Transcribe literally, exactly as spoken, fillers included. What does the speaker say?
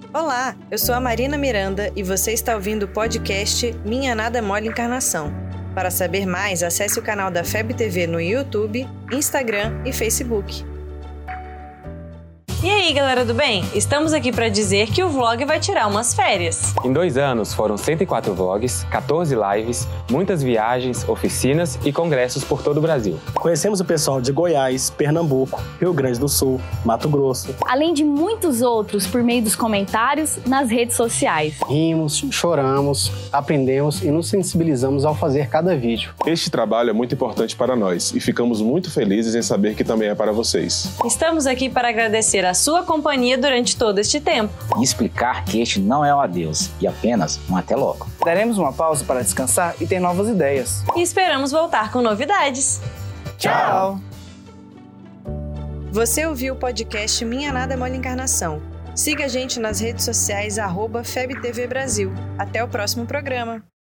Olá, eu sou a Marina Miranda e você está ouvindo o podcast Minha Nada Mole Encarnação. Para saber mais, acesse o canal da F E B T V no YouTube, Instagram e Facebook. E aí, galera do bem? Estamos aqui para dizer que o vlog vai tirar umas férias. Em dois anos foram cento e quatro vlogs, quatorze lives, muitas viagens, oficinas e congressos por todo o Brasil. Conhecemos o pessoal de Goiás, Pernambuco, Rio Grande do Sul, Mato Grosso. Além de muitos outros por meio dos comentários nas redes sociais. Rimos, choramos, aprendemos e nos sensibilizamos ao fazer cada vídeo. Este trabalho é muito importante para nós e ficamos muito felizes em saber que também é para vocês. Estamos aqui para agradecer a sua companhia durante todo este tempo. E explicar que este não é um adeus e apenas um até logo. Daremos uma pausa para descansar e ter novas ideias. E esperamos voltar com novidades. Tchau! Você ouviu o podcast Minha Nada Mole Encarnação. Siga a gente nas redes sociais arroba F E B T V Brasil. Até o próximo programa.